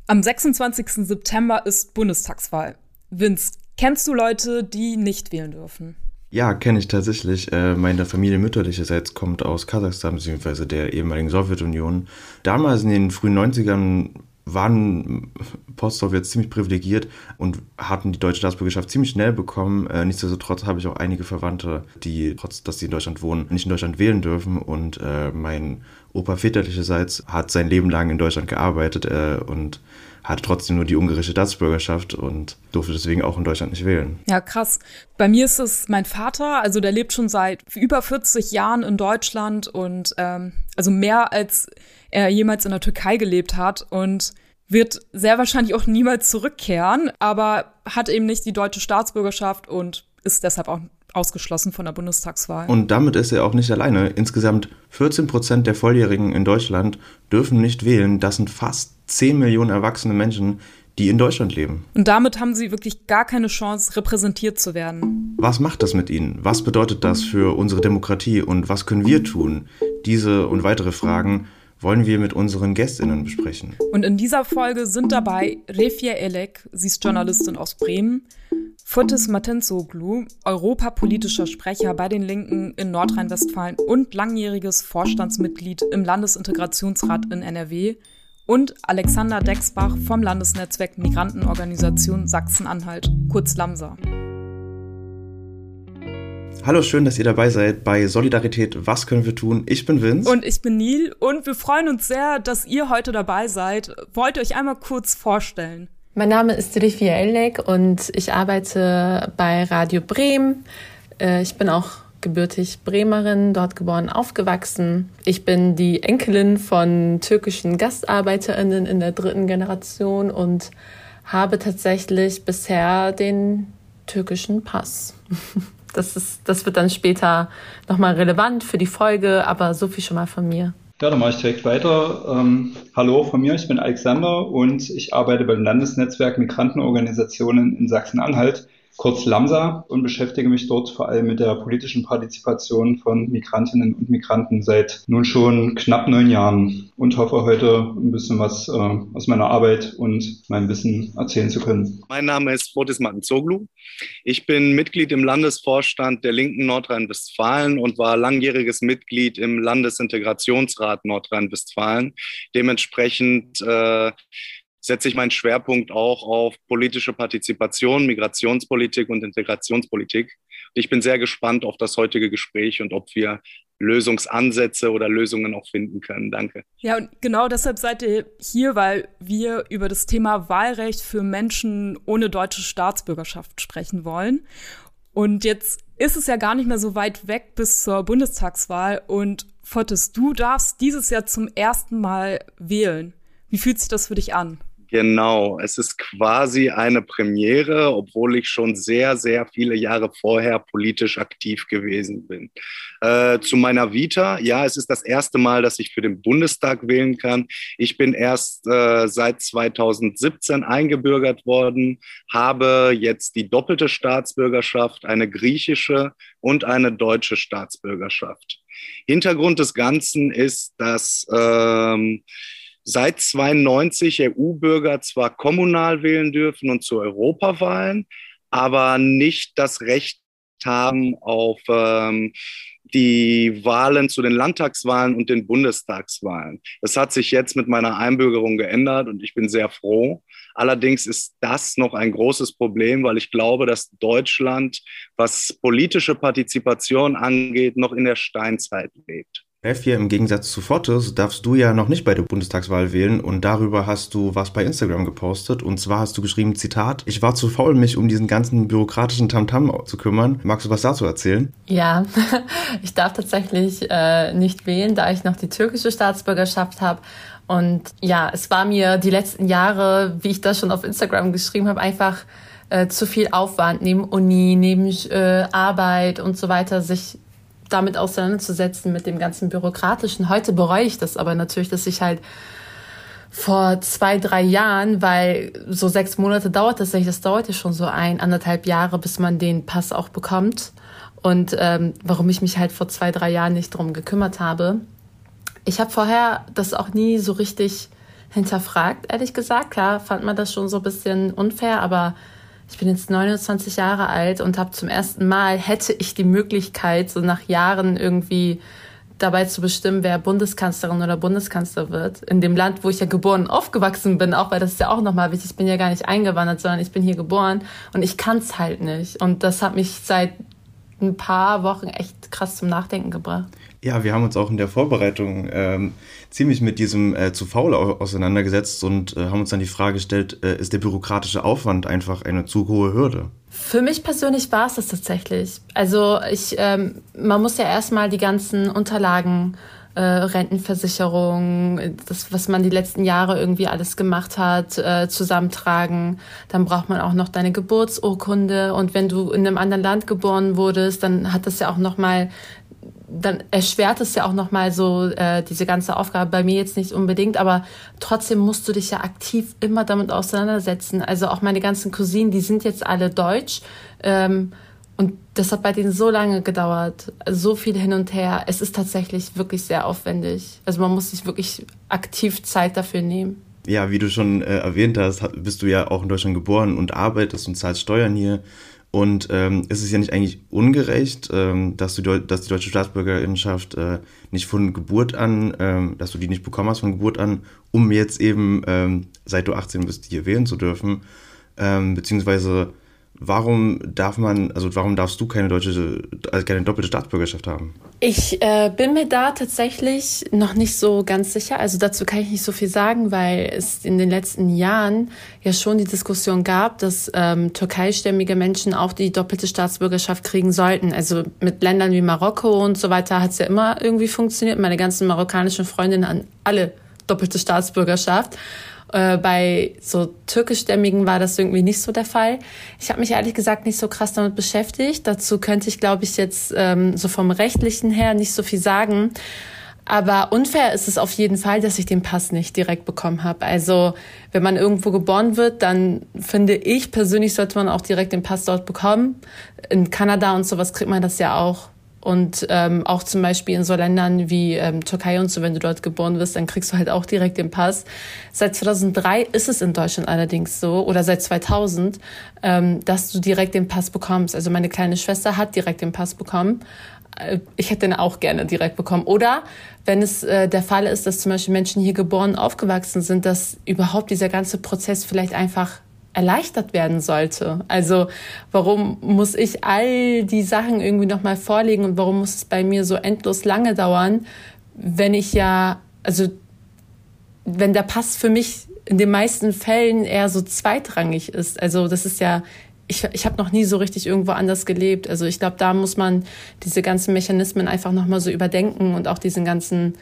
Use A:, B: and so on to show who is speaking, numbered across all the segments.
A: Am 26. September ist Bundestagswahl. Vince, kennst du Leute, die nicht wählen dürfen?
B: Ja, kenne ich tatsächlich. Meine Familie mütterlicherseits kommt aus Kasachstan bzw. der ehemaligen Sowjetunion. Damals in den frühen 90ern waren Post-Sowjets ziemlich privilegiert und hatten die deutsche Staatsbürgerschaft ziemlich schnell bekommen. Nichtsdestotrotz habe ich auch einige Verwandte, die, trotz dass sie in Deutschland wohnen, nicht in Deutschland wählen dürfen. Und mein Opa väterlicherseits hat sein Leben lang in Deutschland gearbeitet und hatte trotzdem nur die ungarische Staatsbürgerschaft und durfte deswegen auch in Deutschland nicht wählen.
A: Ja, krass. Bei mir ist es mein Vater, also der lebt schon seit über 40 Jahren in Deutschland und also mehr als er jemals in der Türkei gelebt hat und wird sehr wahrscheinlich auch niemals zurückkehren, aber hat eben nicht die deutsche Staatsbürgerschaft und ist deshalb auch ausgeschlossen von der Bundestagswahl.
B: Und damit ist er auch nicht alleine. Insgesamt 14% der Volljährigen in Deutschland dürfen nicht wählen. Das sind fast 10 Millionen erwachsene Menschen, die in Deutschland leben.
A: Und damit haben sie wirklich gar keine Chance, repräsentiert zu werden.
B: Was macht das mit ihnen? Was bedeutet das für unsere Demokratie? Und was können wir tun? Diese und weitere Fragen wollen wir mit unseren GästInnen besprechen.
A: Und in dieser Folge sind dabei Refia Elek, sie ist Journalistin aus Bremen, Fotis Matenzoglu, europapolitischer Sprecher bei den Linken in Nordrhein-Westfalen und langjähriges Vorstandsmitglied im Landesintegrationsrat in NRW und Alexander Dexbach vom Landesnetzwerk Migrantenorganisation Sachsen-Anhalt, kurz LAMSA.
B: Hallo, schön, dass ihr dabei seid bei Solidarität. Was können wir tun? Ich bin Vince.
A: Und ich bin Nil und wir freuen uns sehr, dass ihr heute dabei seid. Wollt ihr euch einmal kurz vorstellen?
C: Mein Name ist Refia Elek und ich arbeite bei Radio Bremen. Ich bin auch gebürtig Bremerin, dort geboren, aufgewachsen. Ich bin die Enkelin von türkischen GastarbeiterInnen in der 3. Generation und habe tatsächlich bisher den türkischen Pass. Das wird dann später nochmal relevant für die Folge, aber so viel schon mal von mir.
D: Ja, dann mache ich direkt weiter. Hallo von mir, ich bin Alexander und ich arbeite beim Landesnetzwerk Migrantenorganisationen in Sachsen-Anhalt, kurz LAMSA, und beschäftige mich dort vor allem mit der politischen Partizipation von Migrantinnen und Migranten seit nun schon knapp 9 Jahren und hoffe heute ein bisschen was aus meiner Arbeit und meinem Wissen erzählen zu können.
E: Mein Name ist Fotis Matenzoglu. Ich bin Mitglied im Landesvorstand der Linken Nordrhein-Westfalen und war langjähriges Mitglied im Landesintegrationsrat Nordrhein-Westfalen. Dementsprechend setze ich meinen Schwerpunkt auch auf politische Partizipation, Migrationspolitik und Integrationspolitik. Ich bin sehr gespannt auf das heutige Gespräch und ob wir Lösungsansätze oder Lösungen auch finden können. Danke.
A: Ja, und genau deshalb seid ihr hier, weil wir über das Thema Wahlrecht für Menschen ohne deutsche Staatsbürgerschaft sprechen wollen. Und jetzt ist es ja gar nicht mehr so weit weg bis zur Bundestagswahl. Und Fotis, du darfst dieses Jahr zum ersten Mal wählen. Wie fühlt sich das für dich an?
E: Genau, es ist quasi eine Premiere, obwohl ich schon sehr, sehr viele Jahre vorher politisch aktiv gewesen bin. Zu meiner Vita, ja, es ist das erste Mal, dass ich für den Bundestag wählen kann. Ich bin erst seit 2017 eingebürgert worden, habe jetzt die doppelte Staatsbürgerschaft, eine griechische und eine deutsche Staatsbürgerschaft. Hintergrund des Ganzen ist, dass seit 1992 EU-Bürger zwar kommunal wählen dürfen und zu Europawahlen, aber nicht das Recht haben auf die Wahlen zu den Landtagswahlen und den Bundestagswahlen. Das hat sich jetzt mit meiner Einbürgerung geändert und ich bin sehr froh. Allerdings ist das noch ein großes Problem, weil ich glaube, dass Deutschland, was politische Partizipation angeht, noch in der Steinzeit lebt.
B: Refia, im Gegensatz zu Fotis darfst du ja noch nicht bei der Bundestagswahl wählen und darüber hast du was bei Instagram gepostet und zwar hast du geschrieben, Zitat, ich war zu faul, mich um diesen ganzen bürokratischen Tamtam zu kümmern. Magst du was dazu erzählen?
C: Ja, ich darf tatsächlich nicht wählen, da ich noch die türkische Staatsbürgerschaft habe. Und ja, es war mir die letzten Jahre, wie ich das schon auf Instagram geschrieben habe, einfach zu viel Aufwand neben Uni, neben Arbeit und so weiter, sich damit auseinanderzusetzen mit dem ganzen Bürokratischen. Heute bereue ich das aber natürlich, dass ich halt vor 2-3 Jahren, weil so 6 Monate dauert das nicht, das dauert ja schon so 1,5 Jahre, bis man den Pass auch bekommt. Und warum ich mich halt vor 2-3 Jahren nicht drum gekümmert habe. Ich habe vorher das auch nie so richtig hinterfragt, ehrlich gesagt. Klar fand man das schon so ein bisschen unfair, aber ich bin jetzt 29 Jahre alt und habe zum ersten Mal, hätte ich die Möglichkeit, so nach Jahren irgendwie dabei zu bestimmen, wer Bundeskanzlerin oder Bundeskanzler wird. In dem Land, wo ich ja geboren und aufgewachsen bin, auch weil das ist ja auch nochmal wichtig, ich bin ja gar nicht eingewandert, sondern ich bin hier geboren und ich kann es halt nicht. Und das hat mich seit ein paar Wochen echt krass zum Nachdenken gebracht.
B: Ja, wir haben uns auch in der Vorbereitung ziemlich mit diesem zu faul auseinandergesetzt und haben uns dann die Frage gestellt, ist der bürokratische Aufwand einfach eine zu hohe Hürde?
C: Für mich persönlich war es das tatsächlich. Also man muss ja erstmal die ganzen Unterlagen, Rentenversicherung, das, was man die letzten Jahre irgendwie alles gemacht hat, zusammentragen. Dann braucht man auch noch deine Geburtsurkunde. Und wenn du in einem anderen Land geboren wurdest, dann hat das ja auch nochmal, dann erschwert es ja auch nochmal so diese ganze Aufgabe. Bei mir jetzt nicht unbedingt, aber trotzdem musst du dich ja aktiv immer damit auseinandersetzen. Also auch meine ganzen Cousinen, die sind jetzt alle deutsch. Und das hat bei denen so lange gedauert, so viel hin und her. Es ist tatsächlich wirklich sehr aufwendig. Also man muss sich wirklich aktiv Zeit dafür nehmen.
B: Ja, wie du schon erwähnt hast, bist du ja auch in Deutschland geboren und arbeitest und zahlst Steuern hier. Und ist es ja nicht eigentlich ungerecht, dass die deutsche Staatsbürgerinnenschaft nicht von Geburt an, dass du die nicht bekommen hast von Geburt an, um jetzt eben, seit du 18 bist, hier wählen zu dürfen, beziehungsweise warum darfst du keine doppelte Staatsbürgerschaft haben?
C: Ich bin mir da tatsächlich noch nicht so ganz sicher. Also dazu kann ich nicht so viel sagen, weil es in den letzten Jahren ja schon die Diskussion gab, dass türkeistämmige Menschen auch die doppelte Staatsbürgerschaft kriegen sollten. Also mit Ländern wie Marokko und so weiter hat es ja immer irgendwie funktioniert. Meine ganzen marokkanischen Freundinnen haben alle doppelte Staatsbürgerschaft. Bei so türkischstämmigen war das irgendwie nicht so der Fall. Ich habe mich ehrlich gesagt nicht so krass damit beschäftigt. Dazu könnte ich, glaube ich, jetzt so vom Rechtlichen her nicht so viel sagen. Aber unfair ist es auf jeden Fall, dass ich den Pass nicht direkt bekommen habe. Also wenn man irgendwo geboren wird, dann finde ich persönlich, sollte man auch direkt den Pass dort bekommen. In Kanada und sowas kriegt man das ja auch. Und auch zum Beispiel in so Ländern wie Türkei und so, wenn du dort geboren wirst, dann kriegst du halt auch direkt den Pass. Seit 2003 ist es in Deutschland allerdings so, oder seit 2000, dass du direkt den Pass bekommst. Also meine kleine Schwester hat direkt den Pass bekommen. Ich hätte den auch gerne direkt bekommen. Oder wenn es der Fall ist, dass zum Beispiel Menschen hier geboren und aufgewachsen sind, dass überhaupt dieser ganze Prozess vielleicht einfach erleichtert werden sollte. Also warum muss ich all die Sachen irgendwie nochmal vorlegen und warum muss es bei mir so endlos lange dauern, wenn der Pass für mich in den meisten Fällen eher so zweitrangig ist. Also das ist ja, ich habe noch nie so richtig irgendwo anders gelebt. Also ich glaube, da muss man diese ganzen Mechanismen einfach nochmal so überdenken und auch diese ganzen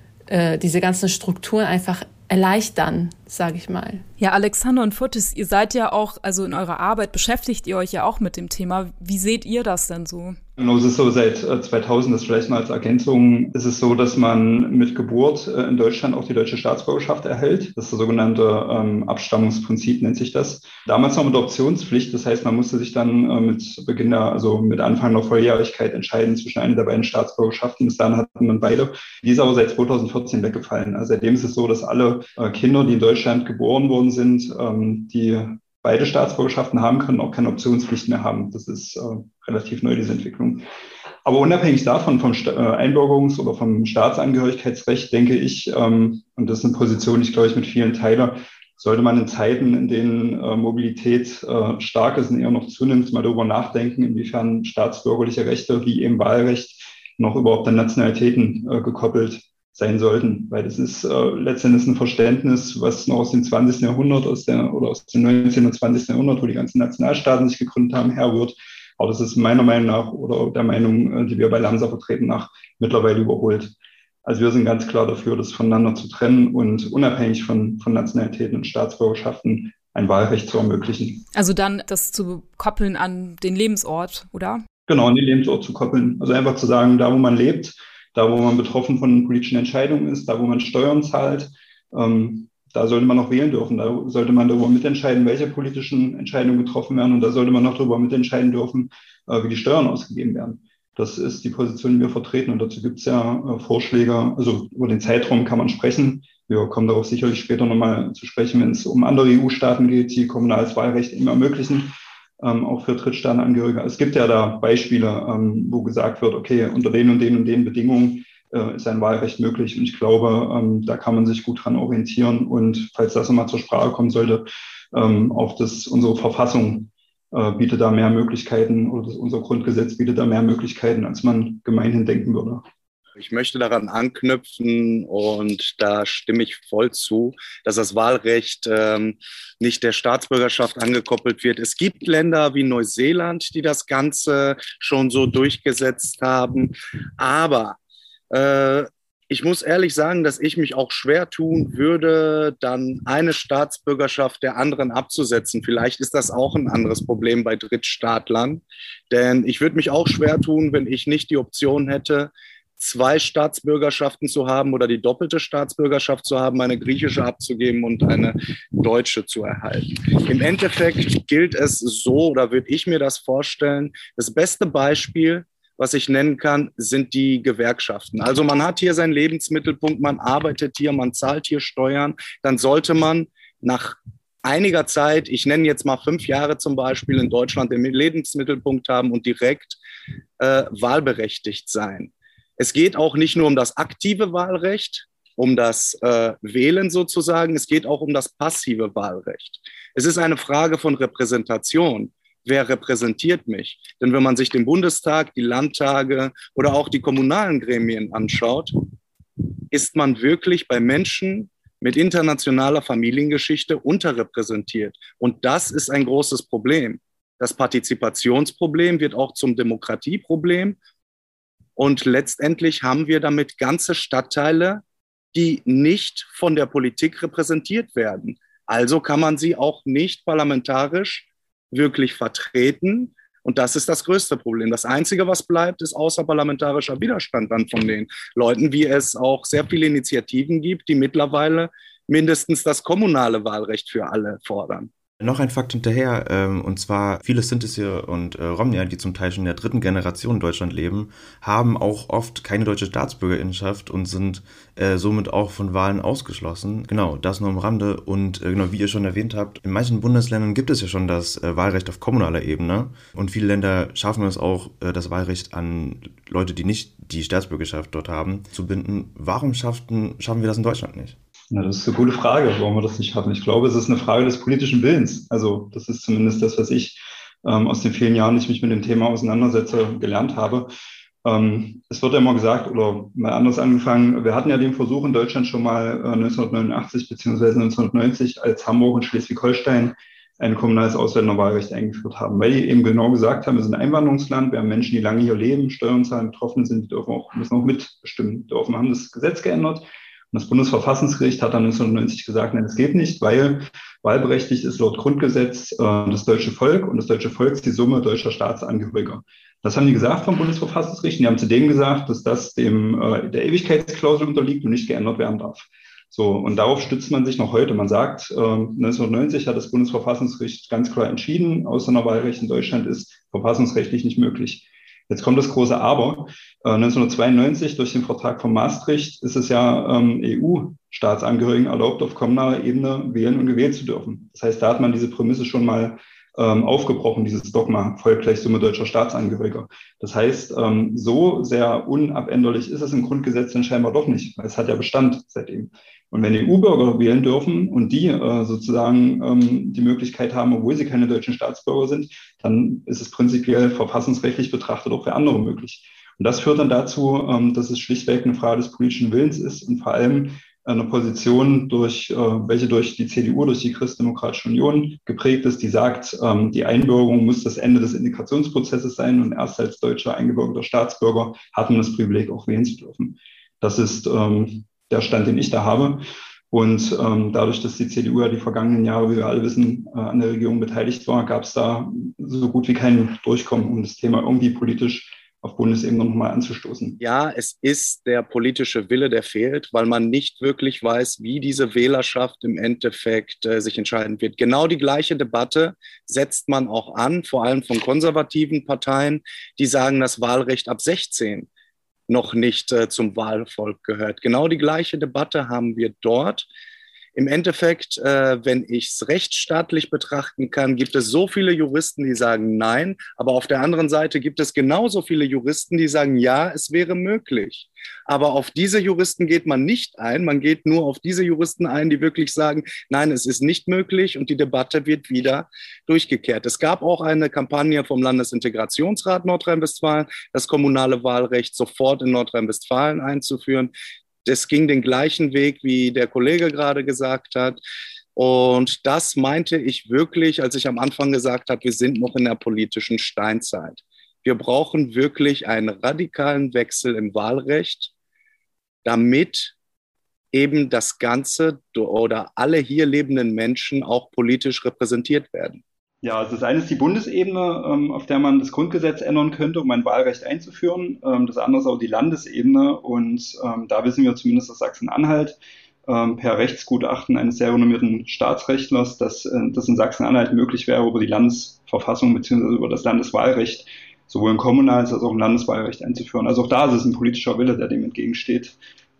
C: Strukturen einfach erleichtern, sage ich mal.
A: Ja, Alexander und Fotis, ihr seid ja auch, also in eurer Arbeit beschäftigt ihr euch ja auch mit dem Thema. Wie seht ihr das denn so?
D: Genau, es ist so, seit 2000, das vielleicht mal als Ergänzung, ist es so, dass man mit Geburt in Deutschland auch die deutsche Staatsbürgerschaft erhält. Das ist das sogenannte Abstammungsprinzip, nennt sich das. Damals noch mit Optionspflicht, das heißt, man musste sich dann mit Anfang der Volljährigkeit entscheiden zwischen einer der beiden Staatsbürgerschaften. Bis dahin hatten man beide. Die ist aber seit 2014 weggefallen. Also seitdem ist es so, dass alle Kinder, die in Deutschland geboren worden sind, die beide Staatsbürgerschaften haben können, auch keine Optionspflicht mehr haben. Das ist relativ neu, diese Entwicklung. Aber unabhängig davon, vom Einbürgerungs- oder vom Staatsangehörigkeitsrecht, denke ich, und das ist eine Position, die ich glaube ich mit vielen teile, sollte man in Zeiten, in denen Mobilität stark ist und eher noch zunimmt, mal darüber nachdenken, inwiefern staatsbürgerliche Rechte wie eben Wahlrecht noch überhaupt an Nationalitäten gekoppelt sein sollten, weil das ist letztendlich ein Verständnis, was noch aus dem 20. Jahrhundert aus dem 19. und 20. Jahrhundert, wo die ganzen Nationalstaaten sich gegründet haben, herrührt. Aber das ist meiner Meinung nach oder der Meinung, die wir bei Lamsa vertreten, nach mittlerweile überholt. Also wir sind ganz klar dafür, das voneinander zu trennen und unabhängig von Nationalitäten und Staatsbürgerschaften ein Wahlrecht zu ermöglichen.
A: Also dann das zu koppeln an den Lebensort, oder?
D: Genau, an den Lebensort zu koppeln. Also einfach zu sagen, da wo man lebt, da, wo man betroffen von politischen Entscheidungen ist, da, wo man Steuern zahlt, da sollte man auch wählen dürfen. Da sollte man darüber mitentscheiden, welche politischen Entscheidungen getroffen werden. Und da sollte man auch darüber mitentscheiden dürfen, wie die Steuern ausgegeben werden. Das ist die Position, die wir vertreten. Und dazu gibt es ja Vorschläge. Also über den Zeitraum kann man sprechen. Wir kommen darauf sicherlich später nochmal zu sprechen, wenn es um andere EU-Staaten geht, die kommunales Wahlrecht eben ermöglichen, auch für Drittstaatenangehörige. Es gibt ja da Beispiele, wo gesagt wird, okay, unter den und den und den Bedingungen ist ein Wahlrecht möglich. Und ich glaube, da kann man sich gut dran orientieren. Und falls das nochmal zur Sprache kommen sollte, auch unsere Verfassung bietet da mehr Möglichkeiten, oder unser Grundgesetz bietet da mehr Möglichkeiten, als man gemeinhin denken würde.
E: Ich möchte daran anknüpfen und da stimme ich voll zu, dass das Wahlrecht nicht der Staatsbürgerschaft angekoppelt wird. Es gibt Länder wie Neuseeland, die das Ganze schon so durchgesetzt haben. Aber ich muss ehrlich sagen, dass ich mich auch schwer tun würde, dann eine Staatsbürgerschaft der anderen abzusetzen. Vielleicht ist das auch ein anderes Problem bei Drittstaatlern. Denn ich würde mich auch schwer tun, wenn ich nicht die Option hätte, 2 Staatsbürgerschaften zu haben oder die doppelte Staatsbürgerschaft zu haben, eine griechische abzugeben und eine deutsche zu erhalten. Im Endeffekt gilt es so, oder würde ich mir das vorstellen, das beste Beispiel, was ich nennen kann, sind die Gewerkschaften. Also man hat hier seinen Lebensmittelpunkt, man arbeitet hier, man zahlt hier Steuern, dann sollte man nach einiger Zeit, ich nenne jetzt mal 5 Jahre zum Beispiel, in Deutschland den Lebensmittelpunkt haben und direkt wahlberechtigt sein. Es geht auch nicht nur um das aktive Wahlrecht, um das Wählen sozusagen, es geht auch um das passive Wahlrecht. Es ist eine Frage von Repräsentation. Wer repräsentiert mich? Denn wenn man sich den Bundestag, die Landtage oder auch die kommunalen Gremien anschaut, ist man wirklich bei Menschen mit internationaler Familiengeschichte unterrepräsentiert. Und das ist ein großes Problem. Das Partizipationsproblem wird auch zum Demokratieproblem. Und letztendlich haben wir damit ganze Stadtteile, die nicht von der Politik repräsentiert werden. Also kann man sie auch nicht parlamentarisch wirklich vertreten. Und das ist das größte Problem. Das Einzige, was bleibt, ist außerparlamentarischer Widerstand dann von den Leuten, wie es auch sehr viele Initiativen gibt, die mittlerweile mindestens das kommunale Wahlrecht für alle fordern.
B: Noch ein Fakt hinterher, und zwar viele Sintier und Romnier, die zum Teil schon in der 3. Generation in Deutschland leben, haben auch oft keine deutsche Staatsbürgerinnenschaft und sind somit auch von Wahlen ausgeschlossen. Genau, das nur am Rande. Und genau, wie ihr schon erwähnt habt, in manchen Bundesländern gibt es ja schon das Wahlrecht auf kommunaler Ebene. Und viele Länder schaffen es auch, das Wahlrecht an Leute, die nicht die Staatsbürgerschaft dort haben, zu binden. Warum schaffen wir das in Deutschland nicht?
D: Na, das ist eine gute Frage, warum wir das nicht schaffen. Ich glaube, es ist eine Frage des politischen Willens. Also das ist zumindest das, was ich aus den vielen Jahren, die ich mich mit dem Thema auseinandersetze, gelernt habe. Es wird ja immer gesagt, oder mal anders angefangen, wir hatten ja den Versuch in Deutschland schon mal 1989 bzw. 1990, als Hamburg und Schleswig-Holstein ein kommunales Ausländerwahlrecht eingeführt haben, weil die eben genau gesagt haben, wir sind ein Einwanderungsland, wir haben Menschen, die lange hier leben, Steuern zahlen, betroffen sind, die müssen auch mitbestimmen dürfen. Wir haben das Gesetz geändert. Und das Bundesverfassungsgericht hat dann 1990 gesagt, nein, das geht nicht, weil wahlberechtigt ist laut Grundgesetz das deutsche Volk und das deutsche Volk ist die Summe deutscher Staatsangehöriger. Das haben die gesagt vom Bundesverfassungsgericht. Und die haben zudem gesagt, dass das dem der Ewigkeitsklausel unterliegt und nicht geändert werden darf. So, und darauf stützt man sich noch heute. Man sagt, 1990 hat das Bundesverfassungsgericht ganz klar entschieden, Ausländerwahlrecht in Deutschland ist verfassungsrechtlich nicht möglich. Jetzt kommt das große Aber. 1992 durch den Vertrag von Maastricht ist es ja EU-Staatsangehörigen erlaubt, auf kommunaler Ebene wählen und gewählt zu dürfen. Das heißt, da hat man diese Prämisse schon mal aufgebrochen, dieses Dogma, Volk gleich Summe deutscher Staatsangehöriger. Das heißt, so sehr unabänderlich ist es im Grundgesetz dann scheinbar doch nicht, weil es hat ja Bestand seitdem. Und wenn EU-Bürger wählen dürfen und die sozusagen die Möglichkeit haben, obwohl sie keine deutschen Staatsbürger sind, dann ist es prinzipiell verfassungsrechtlich betrachtet auch für andere möglich. Und das führt dann dazu, dass es schlichtweg eine Frage des politischen Willens ist und vor allem eine Position, welche durch die CDU, durch die Christdemokratische Union geprägt ist, die sagt, die Einbürgerung muss das Ende des Integrationsprozesses sein und erst als deutscher eingebürgerter Staatsbürger hat man das Privileg, auch wählen zu dürfen. Das ist der Stand, den ich da habe. Und dadurch, dass die CDU ja die vergangenen Jahre, wie wir alle wissen, an der Regierung beteiligt war, gab es da so gut wie kein Durchkommen, um das Thema irgendwie politisch auf Bundesebene nochmal anzustoßen.
E: Ja, es ist der politische Wille, der fehlt, weil man nicht wirklich weiß, wie diese Wählerschaft im Endeffekt sich entscheiden wird. Genau die gleiche Debatte setzt man auch an, vor allem von konservativen Parteien, die sagen, das Wahlrecht ab 16 noch nicht zum Wahlvolk gehört. Genau die gleiche Debatte haben wir dort. Im Endeffekt, wenn ich es rechtsstaatlich betrachten kann, gibt es so viele Juristen, die sagen nein, aber auf der anderen Seite gibt es genauso viele Juristen, die sagen ja, es wäre möglich. Aber auf diese Juristen geht man nicht ein, man geht nur auf diese Juristen ein, die wirklich sagen, nein, es ist nicht möglich und die Debatte wird wieder durchgekehrt. Es gab auch eine Kampagne vom Landesintegrationsrat Nordrhein-Westfalen, das kommunale Wahlrecht sofort in Nordrhein-Westfalen einzuführen. Das ging den gleichen Weg, wie der Kollege gerade gesagt hat. Und das meinte ich wirklich, als ich am Anfang gesagt habe, wir sind noch in der politischen Steinzeit. Wir brauchen wirklich einen radikalen Wechsel im Wahlrecht, damit eben das Ganze oder alle hier lebenden Menschen auch politisch repräsentiert werden.
D: Ja, also das eine ist die Bundesebene, auf der man das Grundgesetz ändern könnte, um ein Wahlrecht einzuführen. Das andere ist auch die Landesebene und da wissen wir zumindest aus Sachsen-Anhalt per Rechtsgutachten eines sehr renommierten Staatsrechtlers, dass das in Sachsen-Anhalt möglich wäre, über die Landesverfassung bzw. über das Landeswahlrecht sowohl ein kommunales als auch ein Landeswahlrecht einzuführen. Also auch da ist es ein politischer Wille, der dem entgegensteht.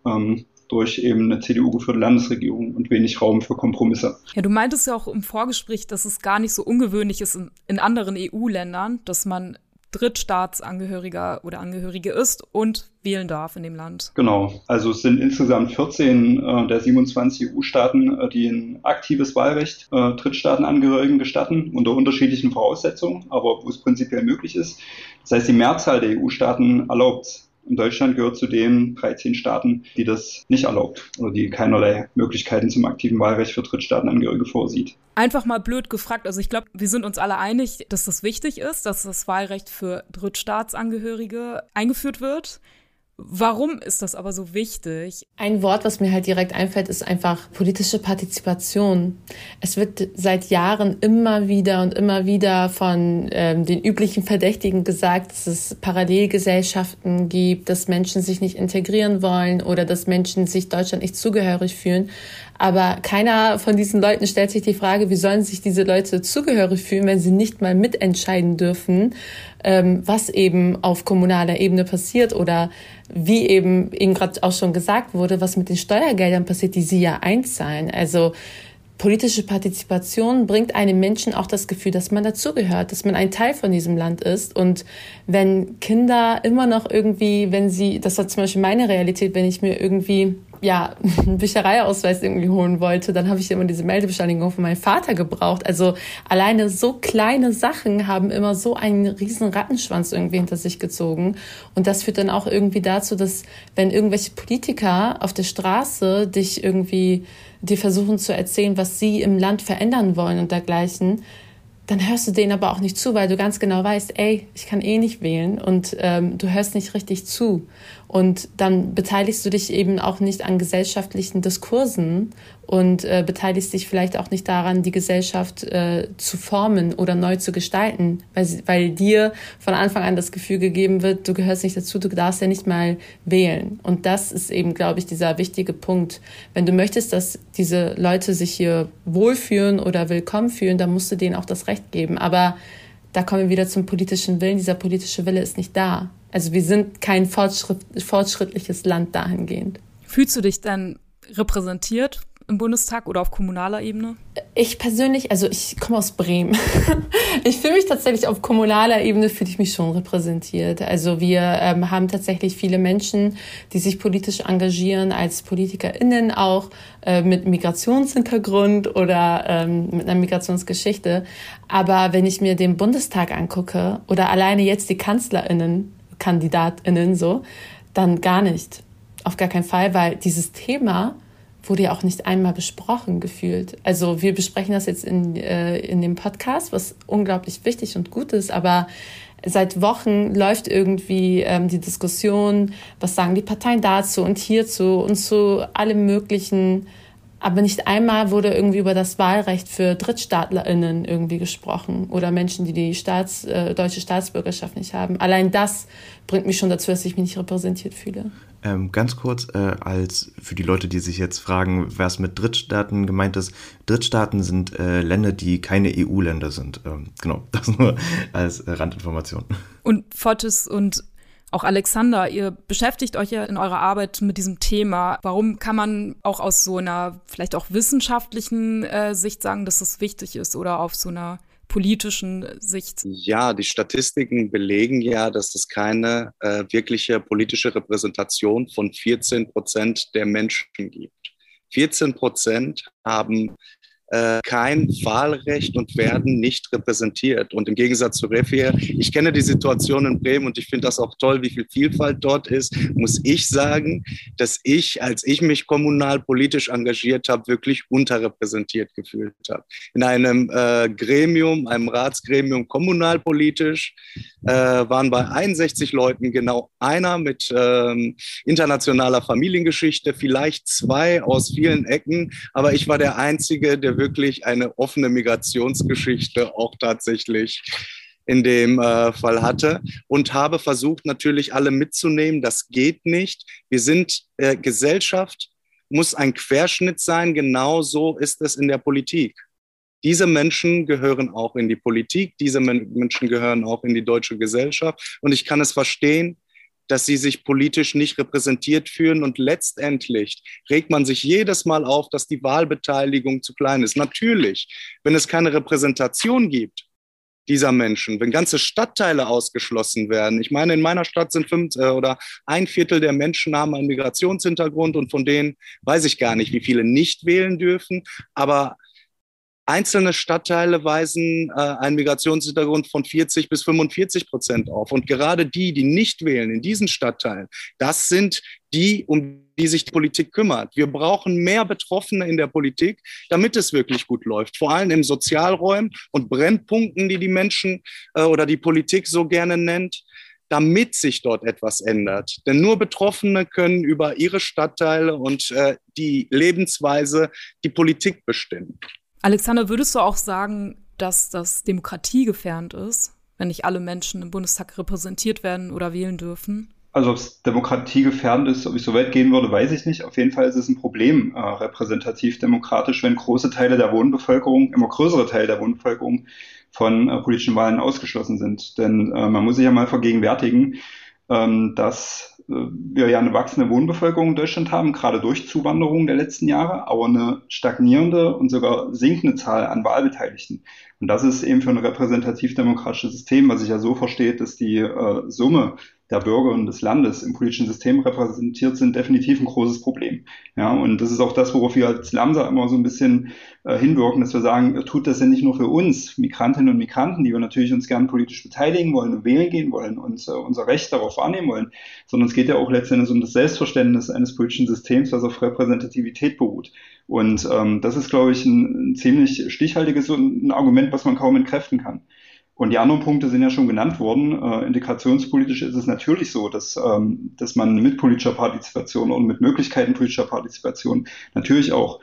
D: Durch eben eine CDU-geführte Landesregierung und wenig Raum für Kompromisse.
A: Ja, du meintest ja auch im Vorgespräch, dass es gar nicht so ungewöhnlich ist in anderen EU-Ländern, dass man Drittstaatsangehöriger oder Angehörige ist und wählen darf in dem Land.
D: Genau, also es sind insgesamt 14 der 27 EU-Staaten, die ein aktives Wahlrecht Drittstaatenangehörigen gestatten, unter unterschiedlichen Voraussetzungen, aber wo es prinzipiell möglich ist. Das heißt, die Mehrzahl der EU-Staaten erlaubt. Und Deutschland gehört zu den 13 Staaten, die das nicht erlaubt oder die keinerlei Möglichkeiten zum aktiven Wahlrecht für Drittstaatenangehörige vorsieht.
A: Einfach mal blöd gefragt, also ich glaube, wir sind uns alle einig, dass das wichtig ist, dass das Wahlrecht für Drittstaatsangehörige eingeführt wird. Warum ist das aber so wichtig?
C: Ein Wort, was mir halt direkt einfällt, ist einfach politische Partizipation. Es wird seit Jahren immer wieder von den üblichen Verdächtigen gesagt, dass es Parallelgesellschaften gibt, dass Menschen sich nicht integrieren wollen oder dass Menschen sich Deutschland nicht zugehörig fühlen. Aber keiner von diesen Leuten stellt sich die Frage, wie sollen sich diese Leute zugehörig fühlen, wenn sie nicht mal mitentscheiden dürfen, was eben auf kommunaler Ebene passiert oder wie eben gerade auch schon gesagt wurde, was mit den Steuergeldern passiert, die sie ja einzahlen. Also politische Partizipation bringt einem Menschen auch das Gefühl, dass man dazugehört, dass man ein Teil von diesem Land ist. Und wenn Kinder immer noch irgendwie, das war zum Beispiel meine Realität, wenn ich mir irgendwie einen Büchereiausweis irgendwie holen wollte, dann habe ich immer diese Meldebescheinigung von meinem Vater gebraucht. Also alleine so kleine Sachen haben immer so einen riesen Rattenschwanz irgendwie hinter sich gezogen. Und das führt dann auch irgendwie dazu, dass wenn irgendwelche Politiker auf der Straße dir versuchen zu erzählen, was sie im Land verändern wollen und dergleichen, dann hörst du denen aber auch nicht zu, weil du ganz genau weißt, ich kann nicht wählen und du hörst nicht richtig zu. Und dann beteiligst du dich eben auch nicht an gesellschaftlichen Diskursen und beteiligst dich vielleicht auch nicht daran, die Gesellschaft zu formen oder neu zu gestalten, weil dir von Anfang an das Gefühl gegeben wird, du gehörst nicht dazu, du darfst ja nicht mal wählen. Und das ist eben, glaube ich, dieser wichtige Punkt. Wenn du möchtest, dass diese Leute sich hier wohlfühlen oder willkommen fühlen, dann musst du denen auch das Recht geben. Aber da kommen wir wieder zum politischen Willen. Dieser politische Wille ist nicht da. Also wir sind kein fortschrittliches Land dahingehend.
A: Fühlst du dich dann repräsentiert im Bundestag oder auf kommunaler Ebene?
C: Ich persönlich, also ich komme aus Bremen. Ich fühle mich tatsächlich auf kommunaler Ebene, fühle ich mich schon repräsentiert. Also wir haben tatsächlich viele Menschen, die sich politisch engagieren, als PolitikerInnen auch, mit Migrationshintergrund oder mit einer Migrationsgeschichte. Aber wenn ich mir den Bundestag angucke oder alleine jetzt die KandidatInnen so, dann gar nicht. Auf gar keinen Fall, weil dieses Thema wurde ja auch nicht einmal besprochen gefühlt. Also wir besprechen das jetzt in dem Podcast, was unglaublich wichtig und gut ist, aber seit Wochen läuft irgendwie die Diskussion, was sagen die Parteien dazu und hierzu und zu allem Möglichen. Aber nicht einmal wurde irgendwie über das Wahlrecht für DrittstaatlerInnen irgendwie gesprochen oder Menschen, die deutsche Staatsbürgerschaft nicht haben. Allein das bringt mich schon dazu, dass ich mich nicht repräsentiert fühle.
B: Ganz kurz, als für die Leute, die sich jetzt fragen, was mit Drittstaaten gemeint ist. Drittstaaten sind Länder, die keine EU-Länder sind. Genau, das nur als Randinformation.
A: Und Fotis und Auch Alexander, ihr beschäftigt euch ja in eurer Arbeit mit diesem Thema. Warum kann man auch aus so einer vielleicht auch wissenschaftlichen Sicht sagen, dass das wichtig ist oder auf so einer politischen Sicht?
E: Ja, die Statistiken belegen ja, dass es keine wirkliche politische Repräsentation von 14% der Menschen gibt. 14% haben kein Wahlrecht und werden nicht repräsentiert. Und im Gegensatz zu Refie, ich kenne die Situation in Bremen und ich finde das auch toll, wie viel Vielfalt dort ist, muss ich sagen, dass ich, als ich mich kommunal politisch engagiert habe, wirklich unterrepräsentiert gefühlt habe. In einem Gremium, einem Ratsgremium kommunalpolitisch, waren bei 61 Leuten genau einer mit internationaler Familiengeschichte, vielleicht 2 aus vielen Ecken, aber ich war der Einzige, der wirklich eine offene Migrationsgeschichte auch tatsächlich in dem Fall hatte und habe versucht, natürlich alle mitzunehmen. Das geht nicht. Wir sind Gesellschaft, muss ein Querschnitt sein. Genauso ist es in der Politik. Diese Menschen gehören auch in die Politik, diese Menschen gehören auch in die deutsche Gesellschaft. Und ich kann es verstehen, dass sie sich politisch nicht repräsentiert fühlen. Und letztendlich regt man sich jedes Mal auf, dass die Wahlbeteiligung zu klein ist. Natürlich, wenn es keine Repräsentation gibt dieser Menschen, wenn ganze Stadtteile ausgeschlossen werden. Ich meine, in meiner Stadt sind 1/4 der Menschen haben einen Migrationshintergrund und von denen weiß ich gar nicht, wie viele nicht wählen dürfen. Aber einzelne Stadtteile weisen einen Migrationshintergrund von 40-45% auf. Und gerade die nicht wählen in diesen Stadtteilen, das sind die, um die sich die Politik kümmert. Wir brauchen mehr Betroffene in der Politik, damit es wirklich gut läuft. Vor allem im Sozialräumen und Brennpunkten, die die Menschen oder die Politik so gerne nennt, damit sich dort etwas ändert. Denn nur Betroffene können über ihre Stadtteile und die Lebensweise die Politik bestimmen.
A: Alexander, würdest du auch sagen, dass das demokratiegefährdend ist, wenn nicht alle Menschen im Bundestag repräsentiert werden oder wählen dürfen?
D: Also ob es demokratiegefährdend ist, ob ich so weit gehen würde, weiß ich nicht. Auf jeden Fall ist es ein Problem, repräsentativ demokratisch, wenn große Teile der Wohnbevölkerung, immer größere Teile der Wohnbevölkerung von politischen Wahlen ausgeschlossen sind. Denn man muss sich ja mal vergegenwärtigen, dass wir ja eine wachsende Wohnbevölkerung in Deutschland haben, gerade durch Zuwanderung der letzten Jahre, aber eine stagnierende und sogar sinkende Zahl an Wahlbeteiligten. Und das ist eben für ein repräsentativ-demokratisches System, was sich ja so versteht, dass die Summe der Bürger und des Landes im politischen System repräsentiert sind, definitiv ein großes Problem. Ja, und das ist auch das, worauf wir als LAMSA immer so ein bisschen hinwirken, dass wir sagen, ihr tut das ja nicht nur für uns, Migrantinnen und Migranten, die wir natürlich uns gern politisch beteiligen wollen und wählen gehen wollen und unser Recht darauf wahrnehmen wollen, sondern es geht ja auch letztendlich um das Selbstverständnis eines politischen Systems, was auf Repräsentativität beruht. Und das ist, glaube ich, ein ziemlich stichhaltiges ein Argument, was man kaum entkräften kann. Und die anderen Punkte sind ja schon genannt worden. Integrationspolitisch ist es natürlich so, dass man mit politischer Partizipation und mit Möglichkeiten politischer Partizipation natürlich auch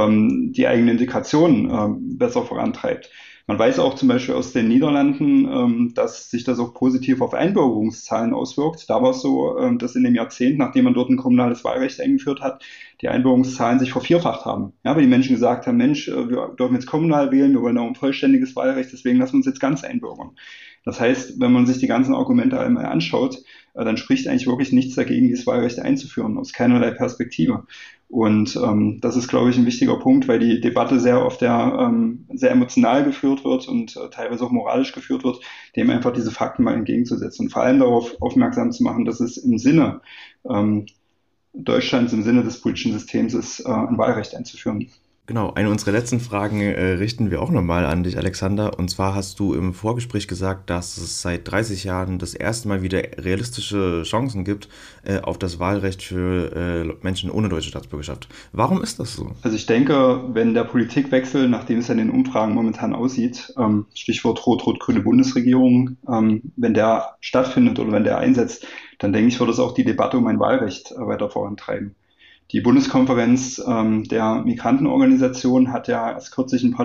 D: die eigene Integration besser vorantreibt. Man weiß auch zum Beispiel aus den Niederlanden, dass sich das auch positiv auf Einbürgerungszahlen auswirkt. Da war es so, dass in dem Jahrzehnt, nachdem man dort ein kommunales Wahlrecht eingeführt hat, die Einbürgerungszahlen sich vervierfacht haben. Ja, weil die Menschen gesagt haben, Mensch, wir dürfen jetzt kommunal wählen, wir wollen auch ein vollständiges Wahlrecht, deswegen lassen wir uns jetzt ganz einbürgern. Das heißt, wenn man sich die ganzen Argumente einmal anschaut, dann spricht eigentlich wirklich nichts dagegen, dieses Wahlrecht einzuführen, aus keinerlei Perspektive. Und das ist, glaube ich, ein wichtiger Punkt, weil die Debatte sehr oft sehr emotional geführt wird und teilweise auch moralisch geführt wird, dem einfach diese Fakten mal entgegenzusetzen und vor allem darauf aufmerksam zu machen, dass es im Sinne Deutschlands, im Sinne des politischen Systems ist, ein Wahlrecht einzuführen.
B: Genau, eine unserer letzten Fragen richten wir auch nochmal an dich, Alexander. Und zwar hast du im Vorgespräch gesagt, dass es seit 30 Jahren das erste Mal wieder realistische Chancen gibt auf das Wahlrecht für Menschen ohne deutsche Staatsbürgerschaft. Warum ist das so?
D: Also ich denke, wenn der Politikwechsel, nachdem es ja in den Umfragen momentan aussieht, Stichwort rot-rot-grüne Bundesregierung, wenn der stattfindet oder wenn der einsetzt, dann denke ich, wird es auch die Debatte um ein Wahlrecht weiter vorantreiben. Die Bundeskonferenz der Migrantenorganisation hat ja erst kürzlich ein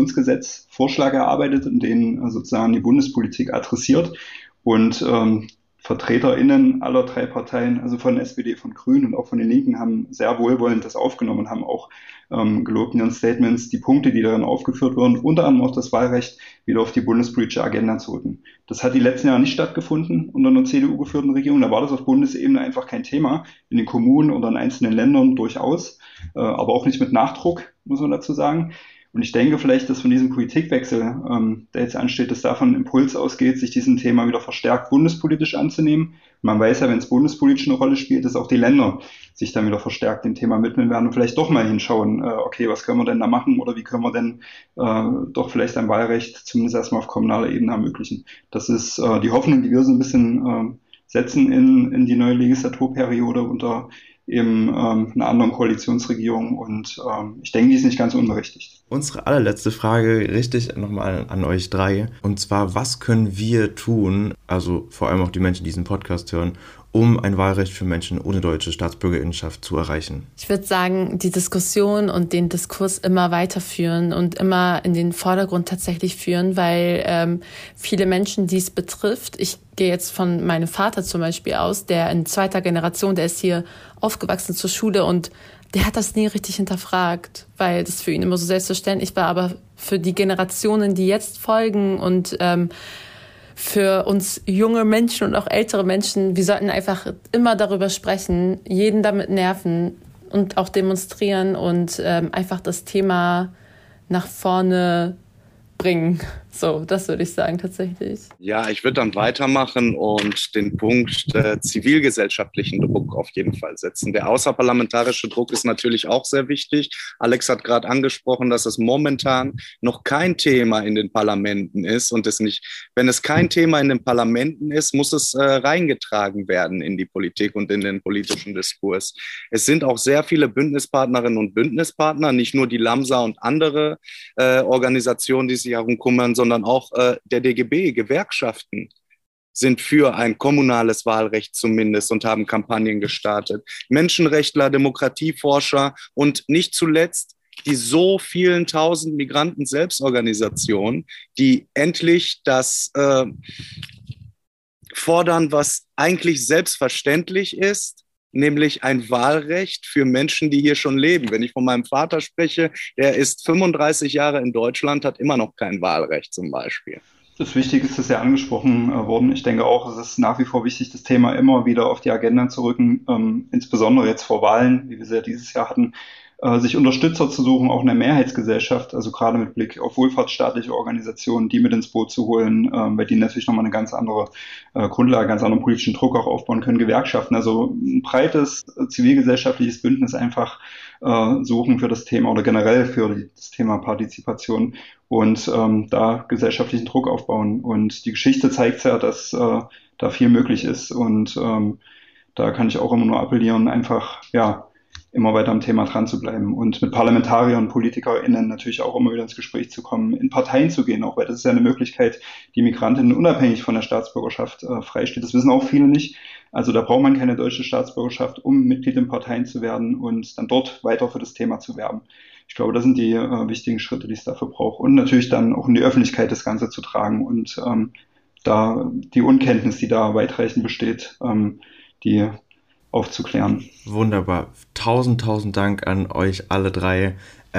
D: Partizipationsgesetz Vorschlag erarbeitet, in den sozusagen die Bundespolitik adressiert. Und VertreterInnen aller 3 Parteien, also von SPD, von Grünen und auch von den Linken, haben sehr wohlwollend das aufgenommen und haben auch gelobt in ihren Statements die Punkte, die darin aufgeführt wurden, unter anderem auch das Wahlrecht, wieder auf die bundespolitische Agenda zu rücken. Das hat die letzten Jahre nicht stattgefunden unter einer CDU-geführten Regierung. Da war das auf Bundesebene einfach kein Thema. In den Kommunen oder in einzelnen Ländern durchaus, aber auch nicht mit Nachdruck, muss man dazu sagen. Und ich denke vielleicht, dass von diesem Politikwechsel, der jetzt ansteht, dass davon ein Impuls ausgeht, sich diesem Thema wieder verstärkt bundespolitisch anzunehmen. Man weiß ja, wenn es bundespolitisch eine Rolle spielt, dass auch die Länder sich dann wieder verstärkt dem Thema widmen werden und vielleicht doch mal hinschauen, okay, was können wir denn da machen oder wie können wir denn doch vielleicht ein Wahlrecht zumindest erstmal auf kommunaler Ebene ermöglichen. Das ist die Hoffnung, die wir so ein bisschen setzen in die neue Legislaturperiode unter eben einer anderen Koalitionsregierung und ich denke, die ist nicht ganz unberechtigt.
B: Unsere allerletzte Frage richte ich nochmal an euch 3 und zwar, was können wir tun, also vor allem auch die Menschen, die diesen Podcast hören, um ein Wahlrecht für Menschen ohne deutsche Staatsbürgerinnenschaft zu erreichen?
C: Ich würde sagen, die Diskussion und den Diskurs immer weiterführen und immer in den Vordergrund tatsächlich führen, weil viele Menschen, die es betrifft, ich gehe jetzt von meinem Vater zum Beispiel aus, der in 2. Generation, der ist hier aufgewachsen zur Schule und der hat das nie richtig hinterfragt, weil das für ihn immer so selbstverständlich war, aber für die Generationen, die jetzt folgen und für uns junge Menschen und auch ältere Menschen, wir sollten einfach immer darüber sprechen, jeden damit nerven und auch demonstrieren und einfach das Thema nach vorne bringen. So, das würde ich sagen tatsächlich.
E: Ja, ich würde dann weitermachen und den Punkt zivilgesellschaftlichen Druck auf jeden Fall setzen. Der außerparlamentarische Druck ist natürlich auch sehr wichtig. Alex hat gerade angesprochen, dass es momentan noch kein Thema in den Parlamenten ist und es nicht, wenn es kein Thema in den Parlamenten ist, muss es reingetragen werden in die Politik und in den politischen Diskurs. Es sind auch sehr viele Bündnispartnerinnen und Bündnispartner, nicht nur die LAMSA und andere Organisationen, die sich darum kümmern, sondern auch der DGB, Gewerkschaften sind für ein kommunales Wahlrecht zumindest und haben Kampagnen gestartet. Menschenrechtler, Demokratieforscher und nicht zuletzt die so vielen tausend Migranten-Selbstorganisationen, die endlich das fordern, was eigentlich selbstverständlich ist, nämlich ein Wahlrecht für Menschen, die hier schon leben. Wenn ich von meinem Vater spreche, der ist 35 Jahre in Deutschland, hat immer noch kein Wahlrecht zum Beispiel.
D: Das Wichtige ist, ja angesprochen worden. Ich denke auch, es ist nach wie vor wichtig, das Thema immer wieder auf die Agenda zu rücken, insbesondere jetzt vor Wahlen, wie wir sie ja dieses Jahr hatten, sich Unterstützer zu suchen, auch in der Mehrheitsgesellschaft, also gerade mit Blick auf wohlfahrtsstaatliche Organisationen, die mit ins Boot zu holen, weil die natürlich nochmal eine ganz andere Grundlage, ganz anderen politischen Druck auch aufbauen können. Gewerkschaften, also ein breites zivilgesellschaftliches Bündnis einfach suchen für das Thema oder generell für das Thema Partizipation und da gesellschaftlichen Druck aufbauen. Und die Geschichte zeigt ja, dass da viel möglich ist und da kann ich auch immer nur appellieren, einfach, ja, immer weiter am Thema dran zu bleiben und mit Parlamentariern und PolitikerInnen natürlich auch immer wieder ins Gespräch zu kommen, in Parteien zu gehen, auch weil das ist ja eine Möglichkeit, die Migrantinnen unabhängig von der Staatsbürgerschaft freisteht. Das wissen auch viele nicht. Also da braucht man keine deutsche Staatsbürgerschaft, um Mitglied in Parteien zu werden und dann dort weiter für das Thema zu werben. Ich glaube, das sind die wichtigen Schritte, die es dafür braucht. Und natürlich dann auch in die Öffentlichkeit das Ganze zu tragen und da die Unkenntnis, die da weitreichend besteht, die aufzuklären.
B: Wunderbar. Tausend Dank an euch alle 3.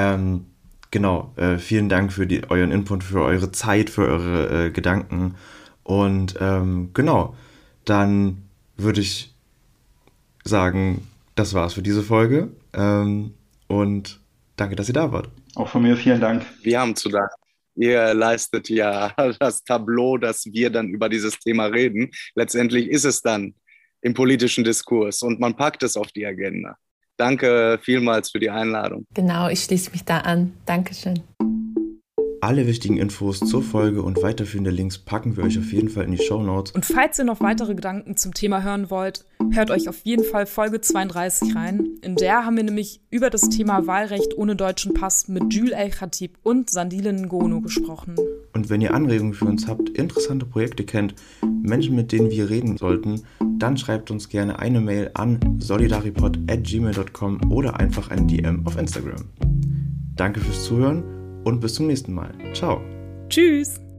B: Vielen Dank für euren Input, für eure Zeit, für eure Gedanken. Und dann würde ich sagen, das war's für diese Folge. Und danke, dass ihr da wart.
D: Auch von mir vielen Dank.
E: Wir haben zu danken. Ihr leistet ja das Tableau, dass wir dann über dieses Thema reden. Letztendlich ist es dann im politischen Diskurs und man packt es auf die Agenda. Danke vielmals für die Einladung.
C: Genau, ich schließe mich da an. Dankeschön.
B: Alle wichtigen Infos zur Folge und weiterführende Links packen wir euch auf jeden Fall in die Shownotes.
A: Und falls ihr noch weitere Gedanken zum Thema hören wollt, hört euch auf jeden Fall Folge 32 rein. In der haben wir nämlich über das Thema Wahlrecht ohne deutschen Pass mit Jules El-Khatib und Sandile Ngono gesprochen.
B: Und wenn ihr Anregungen für uns habt, interessante Projekte kennt, Menschen, mit denen wir reden sollten, dann schreibt uns gerne eine Mail an solidaripod@gmail.com oder einfach ein DM auf Instagram. Danke fürs Zuhören und bis zum nächsten Mal. Ciao.
A: Tschüss.